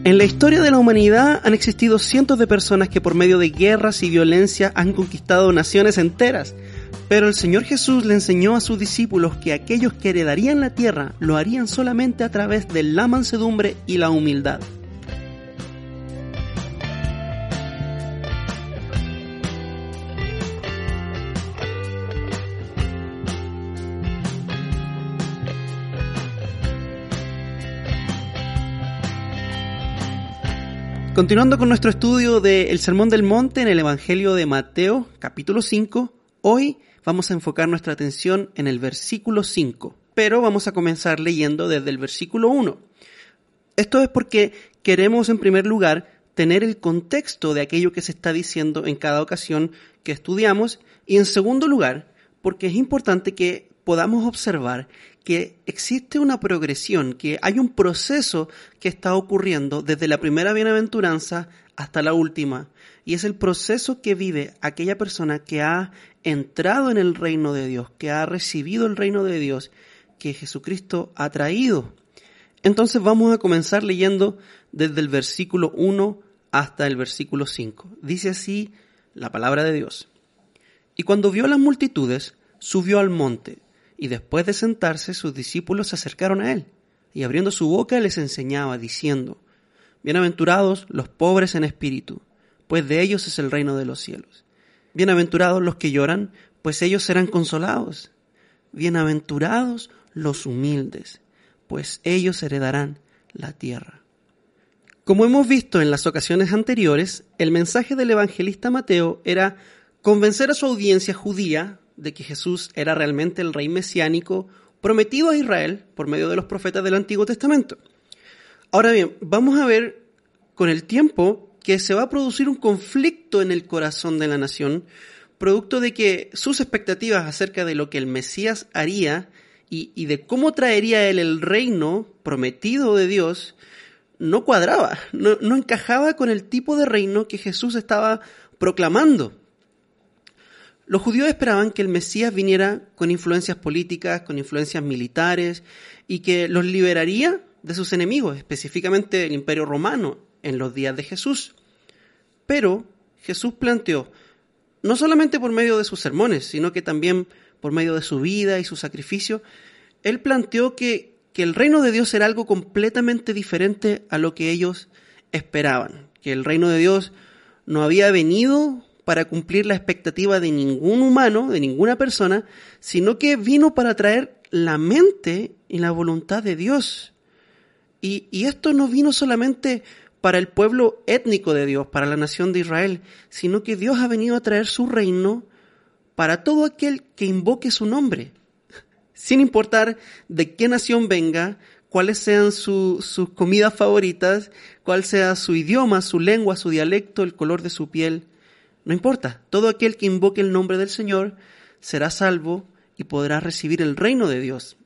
En la historia de la humanidad han existido cientos de personas que por medio de guerras y violencia han conquistado naciones enteras. Pero el Señor Jesús le enseñó a sus discípulos que aquellos que heredarían la tierra lo harían solamente a través de la mansedumbre y la humildad. Continuando con nuestro estudio del Sermón del Monte en el Evangelio de Mateo, capítulo 5, hoy vamos a enfocar nuestra atención en el versículo 5, pero vamos a comenzar leyendo desde el versículo 1. Esto es porque queremos, en primer lugar, tener el contexto de aquello que se está diciendo en cada ocasión que estudiamos, y en segundo lugar, porque es importante que podamos observar que existe una progresión, que hay un proceso que está ocurriendo desde la primera bienaventuranza hasta la última, y es el proceso que vive aquella persona que ha entrado en el reino de Dios, que ha recibido el reino de Dios, que Jesucristo ha traído. Entonces vamos a comenzar leyendo desde el versículo 1 hasta el versículo 5. Dice así la palabra de Dios. Y cuando vio las multitudes, subió al monte, y después de sentarse, sus discípulos se acercaron a él, y abriendo su boca les enseñaba, diciendo: Bienaventurados los pobres en espíritu, pues de ellos es el reino de los cielos. Bienaventurados los que lloran, pues ellos serán consolados. Bienaventurados los humildes, pues ellos heredarán la tierra. Como hemos visto en las ocasiones anteriores, el mensaje del evangelista Mateo era convencer a su audiencia judía de que Jesús era realmente el rey mesiánico prometido a Israel por medio de los profetas del Antiguo Testamento. Ahora bien, vamos a ver con el tiempo que se va a producir un conflicto en el corazón de la nación, producto de que sus expectativas acerca de lo que el Mesías haría y de cómo traería él el reino prometido de Dios no cuadraba, no encajaba con el tipo de reino que Jesús estaba proclamando. Los judíos esperaban que el Mesías viniera con influencias políticas, con influencias militares, y que los liberaría de sus enemigos, específicamente el Imperio Romano, en los días de Jesús. Pero Jesús planteó, no solamente por medio de sus sermones, sino que también por medio de su vida y su sacrificio, él planteó que el reino de Dios era algo completamente diferente a lo que ellos esperaban, que el reino de Dios no había venido para cumplir la expectativa de ningún humano, de ninguna persona, sino que vino para traer la mente y la voluntad de Dios. Y esto no vino solamente para el pueblo étnico de Dios, para la nación de Israel, sino que Dios ha venido a traer su reino para todo aquel que invoque su nombre, sin importar de qué nación venga, cuáles sean sus comidas favoritas, cuál sea su idioma, su lengua, su dialecto, el color de su piel. No importa, todo aquel que invoque el nombre del Señor será salvo y podrá recibir el reino de Dios.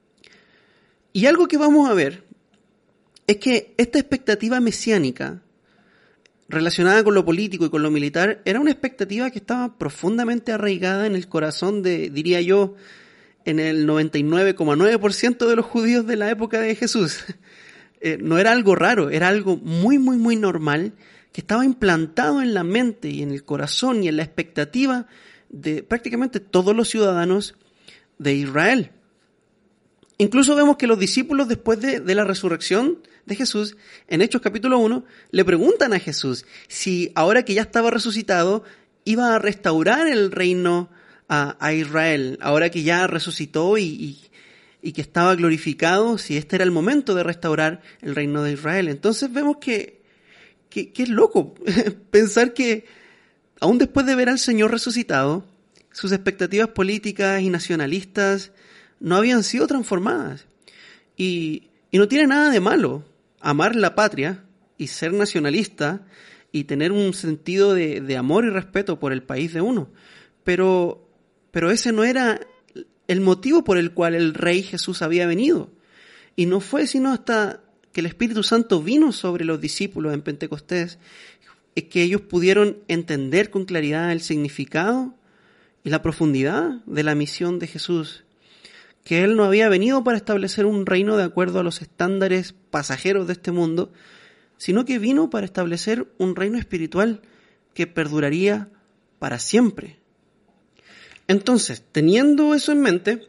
Y algo que vamos a ver es que esta expectativa mesiánica relacionada con lo político y con lo militar era una expectativa que estaba profundamente arraigada en el corazón de, diría yo, en el 99,9% de los judíos de la época de Jesús. No era algo raro, era algo muy, muy, muy normal, que estaba implantado en la mente y en el corazón y en la expectativa de prácticamente todos los ciudadanos de Israel. Incluso vemos que los discípulos, después de la resurrección de Jesús, en Hechos capítulo 1, le preguntan a Jesús si ahora que ya estaba resucitado, iba a restaurar el reino a Israel, ahora que ya resucitó y que estaba glorificado, si este era el momento de restaurar el reino de Israel. Entonces vemos que es loco pensar que aún después de ver al Señor resucitado, sus expectativas políticas y nacionalistas no habían sido transformadas. Y no tiene nada de malo amar la patria y ser nacionalista y tener un sentido de amor y respeto por el país de uno. Pero ese no era el motivo por el cual el Rey Jesús había venido. Y no fue sino hasta que el Espíritu Santo vino sobre los discípulos en Pentecostés, es que ellos pudieron entender con claridad el significado y la profundidad de la misión de Jesús, que Él no había venido para establecer un reino de acuerdo a los estándares pasajeros de este mundo, sino que vino para establecer un reino espiritual que perduraría para siempre. Entonces, teniendo eso en mente,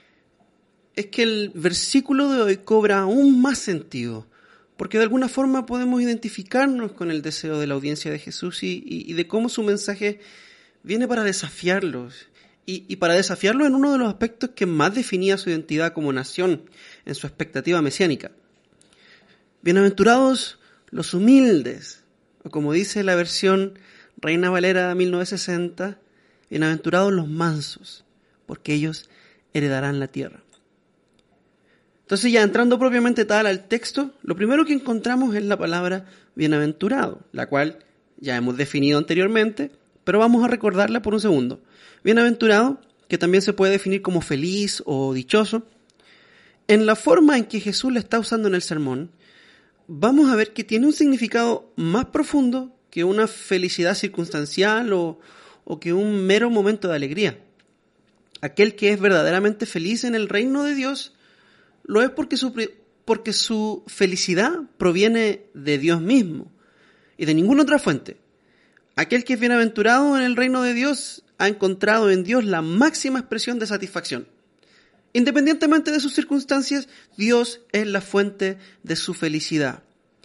es que el versículo de hoy cobra aún más sentido, porque de alguna forma podemos identificarnos con el deseo de la audiencia de Jesús y de cómo su mensaje viene para desafiarlos, y para desafiarlos en uno de los aspectos que más definía su identidad como nación, en su expectativa mesiánica. Bienaventurados los humildes, o como dice la versión Reina Valera 1960, bienaventurados los mansos, porque ellos heredarán la tierra. Entonces, ya entrando propiamente tal al texto, lo primero que encontramos es la palabra bienaventurado, la cual ya hemos definido anteriormente, pero vamos a recordarla por un segundo. Bienaventurado, que también se puede definir como feliz o dichoso, en la forma en que Jesús la está usando en el sermón, vamos a ver que tiene un significado más profundo que una felicidad circunstancial o que un mero momento de alegría. Aquel que es verdaderamente feliz en el reino de Dios lo es porque su felicidad proviene de Dios mismo y de ninguna otra fuente. Aquel que es bienaventurado en el reino de Dios ha encontrado en Dios la máxima expresión de satisfacción. Independientemente de sus circunstancias, Dios es la fuente de su felicidad.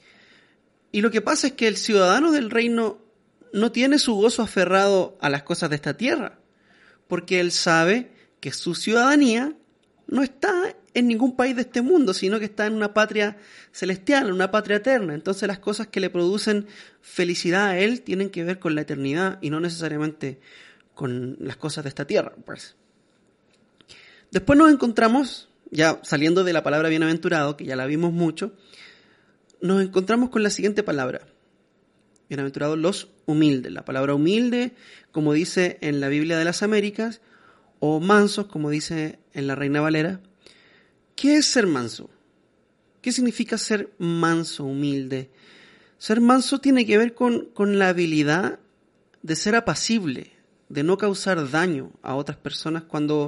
Y lo que pasa es que el ciudadano del reino no tiene su gozo aferrado a las cosas de esta tierra, porque él sabe que su ciudadanía no está en ningún país de este mundo, sino que está en una patria celestial, en una patria eterna. Entonces las cosas que le producen felicidad a él tienen que ver con la eternidad y no necesariamente con las cosas de esta tierra, pues. Después nos encontramos, ya saliendo de la palabra bienaventurado, que ya la vimos mucho, nos encontramos con la siguiente palabra. Bienaventurados los humildes. La palabra humilde, como dice en la Biblia de las Américas, o mansos, como dice en la Reina Valera. ¿Qué es ser manso? ¿Qué significa ser manso, humilde? Ser manso tiene que ver con la habilidad de ser apacible, de no causar daño a otras personas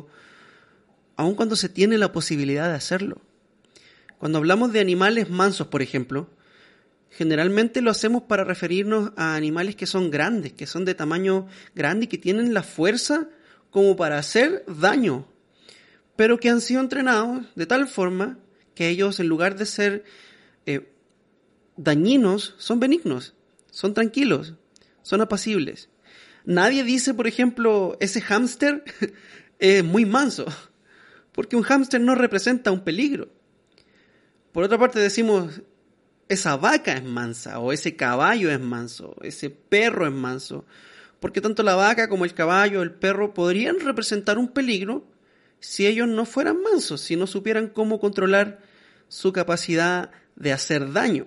aun cuando se tiene la posibilidad de hacerlo. Cuando hablamos de animales mansos, por ejemplo, generalmente lo hacemos para referirnos a animales que son grandes, que son de tamaño grande y que tienen la fuerza como para hacer daño, pero que han sido entrenados de tal forma que ellos, en lugar de ser dañinos, son benignos, son tranquilos, son apacibles. Nadie dice, por ejemplo, ese hámster es muy manso, porque un hámster no representa un peligro. Por otra parte decimos, esa vaca es mansa, o ese caballo es manso, ese perro es manso, porque tanto la vaca como el caballo, el perro, podrían representar un peligro si ellos no fueran mansos, si no supieran cómo controlar su capacidad de hacer daño.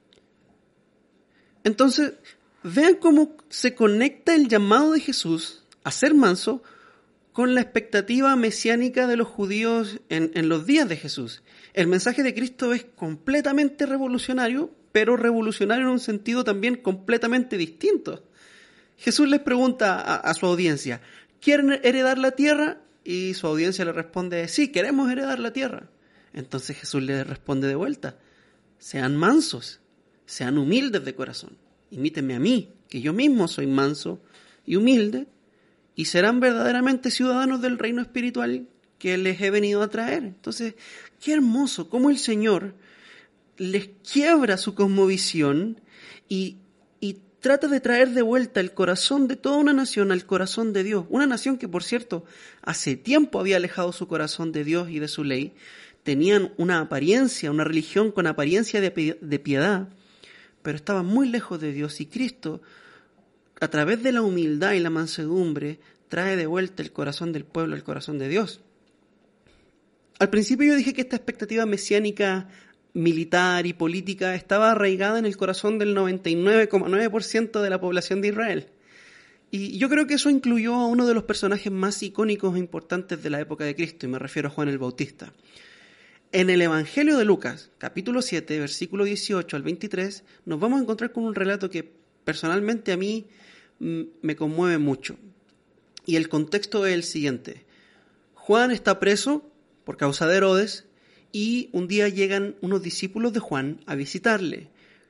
Entonces, vean cómo se conecta el llamado de Jesús a ser manso con la expectativa mesiánica de los judíos en los días de Jesús. El mensaje de Cristo es completamente revolucionario, pero revolucionario en un sentido también completamente distinto. Jesús les pregunta a su audiencia, ¿quieren heredar la tierra? Y su audiencia le responde, sí, queremos heredar la tierra. Entonces Jesús les responde de vuelta, sean mansos, sean humildes de corazón, imítenme a mí, que yo mismo soy manso y humilde, y serán verdaderamente ciudadanos del reino espiritual que les he venido a traer. Entonces, qué hermoso cómo el Señor les quiebra su cosmovisión y trata de traer de vuelta el corazón de toda una nación al corazón de Dios. Una nación que, por cierto, hace tiempo había alejado su corazón de Dios y de su ley. Tenían una apariencia, una religión con apariencia de piedad, pero estaban muy lejos de Dios. Y Cristo, a través de la humildad y la mansedumbre, trae de vuelta el corazón del pueblo al corazón de Dios. Al principio yo dije que esta expectativa mesiánica militar y política estaba arraigada en el corazón del 99,9% de la población de Israel. Y yo creo que eso incluyó a uno de los personajes más icónicos e importantes de la época de Cristo, y me refiero a Juan el Bautista. En el Evangelio de Lucas, capítulo 7, versículo 18 al 23, nos vamos a encontrar con un relato que personalmente a mí me conmueve mucho. Y el contexto es el siguiente. Juan está preso por causa de Herodes, y un día llegan unos discípulos de Juan a visitarle.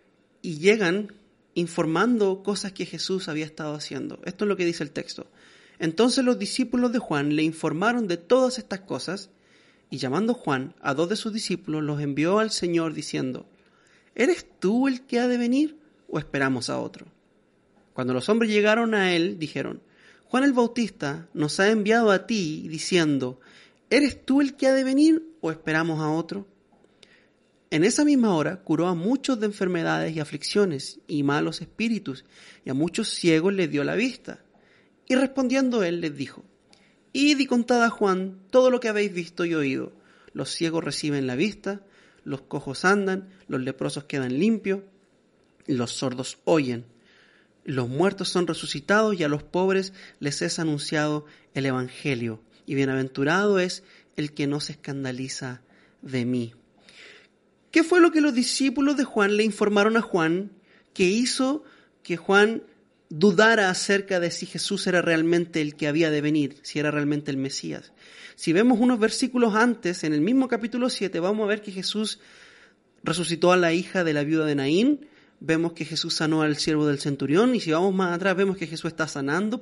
y llegan informando cosas que Jesús había estado haciendo. Esto es lo que dice el texto. Entonces los discípulos de Juan le informaron de todas estas cosas, y llamando Juan a 2 de sus discípulos, los envió al Señor diciendo: ¿Eres tú el que ha de venir, o esperamos a otro? Cuando los hombres llegaron a él, dijeron: Juan el Bautista nos ha enviado a ti, diciendo: ¿Eres tú el que ha de venir, o esperamos a otro? En esa misma hora curó a muchos de enfermedades y aflicciones y malos espíritus, y a muchos ciegos les dio la vista. Y respondiendo él les dijo: Id y contad a Juan todo lo que habéis visto y oído. Los ciegos reciben la vista, los cojos andan, los leprosos quedan limpios, los sordos oyen, los muertos son resucitados y a los pobres les es anunciado el Evangelio. Y bienaventurado es el que no se escandaliza de mí. ¿Qué fue lo que los discípulos de Juan le informaron a Juan que hizo que Juan dudara acerca de si Jesús era realmente el que había de venir, si era realmente el Mesías? Si vemos unos versículos antes, en el mismo capítulo 7, vamos a ver que Jesús resucitó a la hija de la viuda de Naín, vemos que Jesús sanó al siervo del centurión, y si vamos más atrás vemos que Jesús está sanando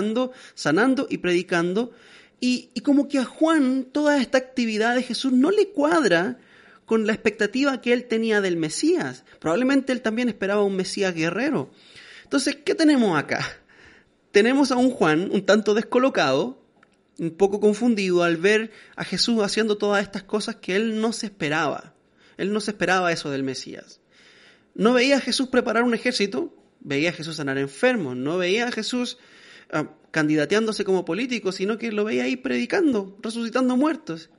y predicando, y como que a Juan toda esta actividad de Jesús no le cuadra con la expectativa que él tenía del Mesías. Probablemente él también esperaba un Mesías guerrero. Entonces, ¿qué tenemos acá? Tenemos a un Juan un tanto descolocado, un poco confundido al ver a Jesús haciendo todas estas cosas que él no se esperaba. Él no se esperaba eso del Mesías. No veía a Jesús preparar un ejército, veía a Jesús sanar enfermos, no veía a Jesús candidateándose como político, sino que lo veía ahí predicando, resucitando muertos.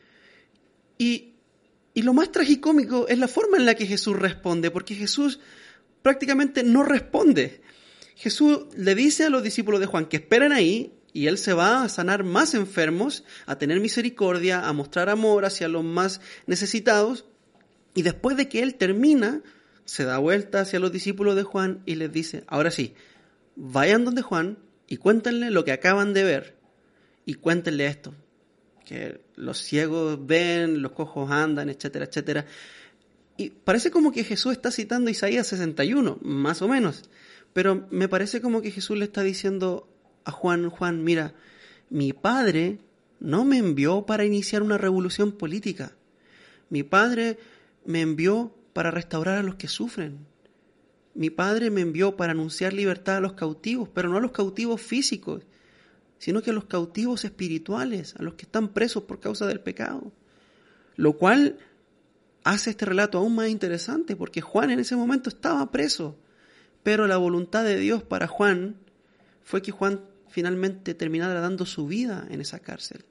Y lo más tragicómico es la forma en la que Jesús responde, porque Jesús prácticamente no responde. Jesús le dice a los discípulos de Juan que esperen ahí, y él se va a sanar más enfermos, a tener misericordia, a mostrar amor hacia los más necesitados, y después de que él termina, se da vuelta hacia los discípulos de Juan y les dice: ahora sí, vayan donde Juan y cuéntenle lo que acaban de ver, y cuéntenle esto, que los ciegos ven, los cojos andan, etcétera, etcétera. Y parece como que Jesús está citando Isaías 61, más o menos, pero me parece como que Jesús le está diciendo a Juan: mira, mi Padre no me envió para iniciar una revolución política. Mi Padre me envió para restaurar a los que sufren. Mi Padre me envió para anunciar libertad a los cautivos, pero no a los cautivos físicos, sino que a los cautivos espirituales, a los que están presos por causa del pecado. Lo cual hace este relato aún más interesante, porque Juan en ese momento estaba preso, pero la voluntad de Dios para Juan fue que Juan finalmente terminara dando su vida en esa cárcel.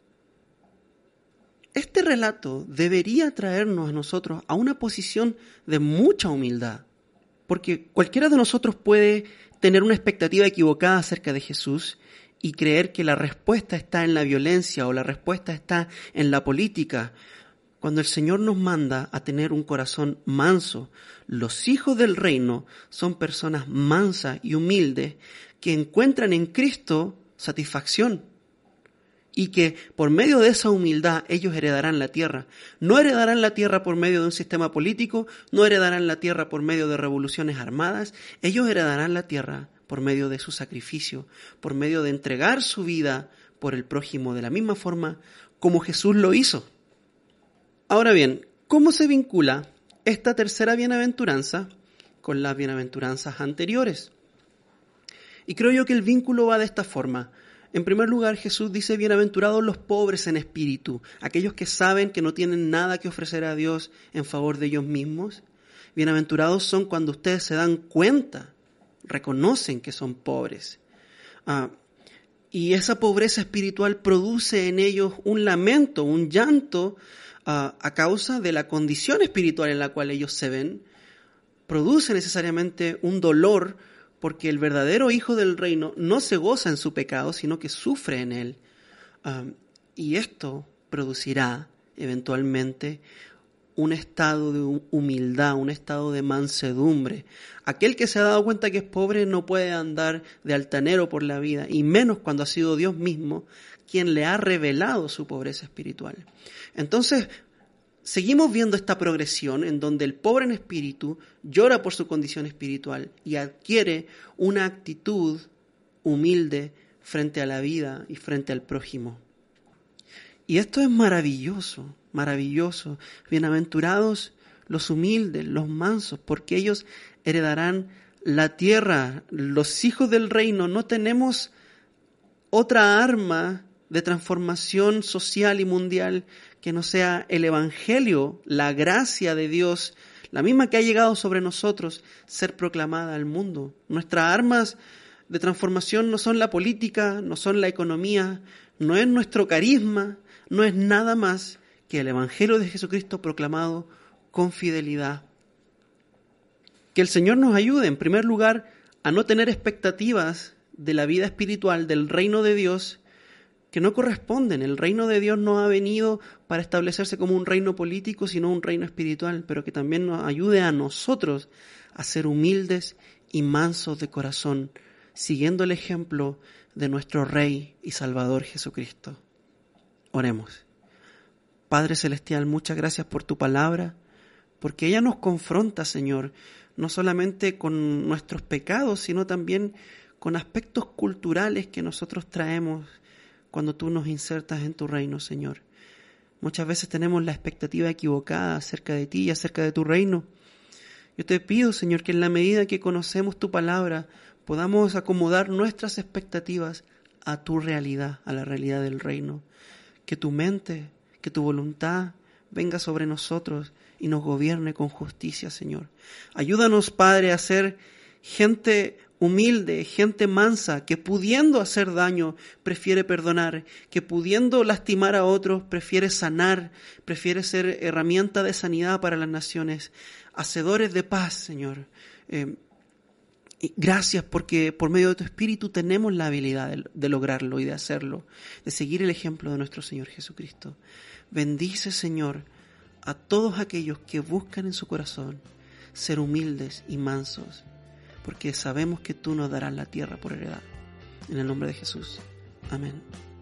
Este relato debería traernos a nosotros a una posición de mucha humildad, porque cualquiera de nosotros puede tener una expectativa equivocada acerca de Jesús y creer que la respuesta está en la violencia o la respuesta está en la política, cuando el Señor nos manda a tener un corazón manso. Los hijos del reino son personas mansas y humildes que encuentran en Cristo satisfacción, y que por medio de esa humildad ellos heredarán la tierra. No heredarán la tierra por medio de un sistema político, no heredarán la tierra por medio de revoluciones armadas, ellos heredarán la tierra por medio de su sacrificio, por medio de entregar su vida por el prójimo de la misma forma como Jesús lo hizo. Ahora bien, ¿cómo se vincula esta tercera bienaventuranza con las bienaventuranzas anteriores? Y creo yo que el vínculo va de esta forma. En primer lugar, Jesús dice: bienaventurados los pobres en espíritu, aquellos que saben que no tienen nada que ofrecer a Dios en favor de ellos mismos. Bienaventurados son cuando ustedes se dan cuenta, reconocen que son pobres. Y esa pobreza espiritual produce en ellos un lamento, un llanto a causa de la condición espiritual en la cual ellos se ven. Produce necesariamente un dolor, porque el verdadero hijo del reino no se goza en su pecado, sino que sufre en él. Y esto producirá eventualmente un estado de humildad, un estado de mansedumbre. Aquel que se ha dado cuenta que es pobre no puede andar de altanero por la vida, y menos cuando ha sido Dios mismo quien le ha revelado su pobreza espiritual. Entonces, seguimos viendo esta progresión en donde el pobre en espíritu llora por su condición espiritual y adquiere una actitud humilde frente a la vida y frente al prójimo. Y esto es maravilloso, maravilloso. Bienaventurados los humildes, los mansos, porque ellos heredarán la tierra. Los hijos del reino no tenemos otra arma de transformación social y mundial que no sea el Evangelio, la gracia de Dios, la misma que ha llegado sobre nosotros, ser proclamada al mundo. Nuestras armas de transformación no son la política, no son la economía, no es nuestro carisma, no es nada más que el Evangelio de Jesucristo proclamado con fidelidad. Que el Señor nos ayude, en primer lugar, a no tener expectativas de la vida espiritual, del reino de Dios, que no corresponden. El reino de Dios no ha venido para establecerse como un reino político, sino un reino espiritual, pero que también nos ayude a nosotros a ser humildes y mansos de corazón, siguiendo el ejemplo de nuestro Rey y Salvador Jesucristo. Oremos. Padre Celestial, muchas gracias por tu palabra, porque ella nos confronta, Señor, no solamente con nuestros pecados, sino también con aspectos culturales que nosotros traemos cuando tú nos insertas en tu reino, Señor. Muchas veces tenemos la expectativa equivocada acerca de ti y acerca de tu reino. Yo te pido, Señor, que en la medida que conocemos tu palabra, podamos acomodar nuestras expectativas a tu realidad, a la realidad del reino. Que tu mente, que tu voluntad venga sobre nosotros y nos gobierne con justicia, Señor. Ayúdanos, Padre, a ser gente humilde, gente mansa, que pudiendo hacer daño, prefiere perdonar, que pudiendo lastimar a otros, prefiere sanar, prefiere ser herramienta de sanidad para las naciones, hacedores de paz, Señor. Y gracias porque por medio de tu Espíritu tenemos la habilidad de lograrlo y de hacerlo, de seguir el ejemplo de nuestro Señor Jesucristo. Bendice, Señor, a todos aquellos que buscan en su corazón ser humildes y mansos, porque sabemos que tú nos darás la tierra por heredad. En el nombre de Jesús. Amén.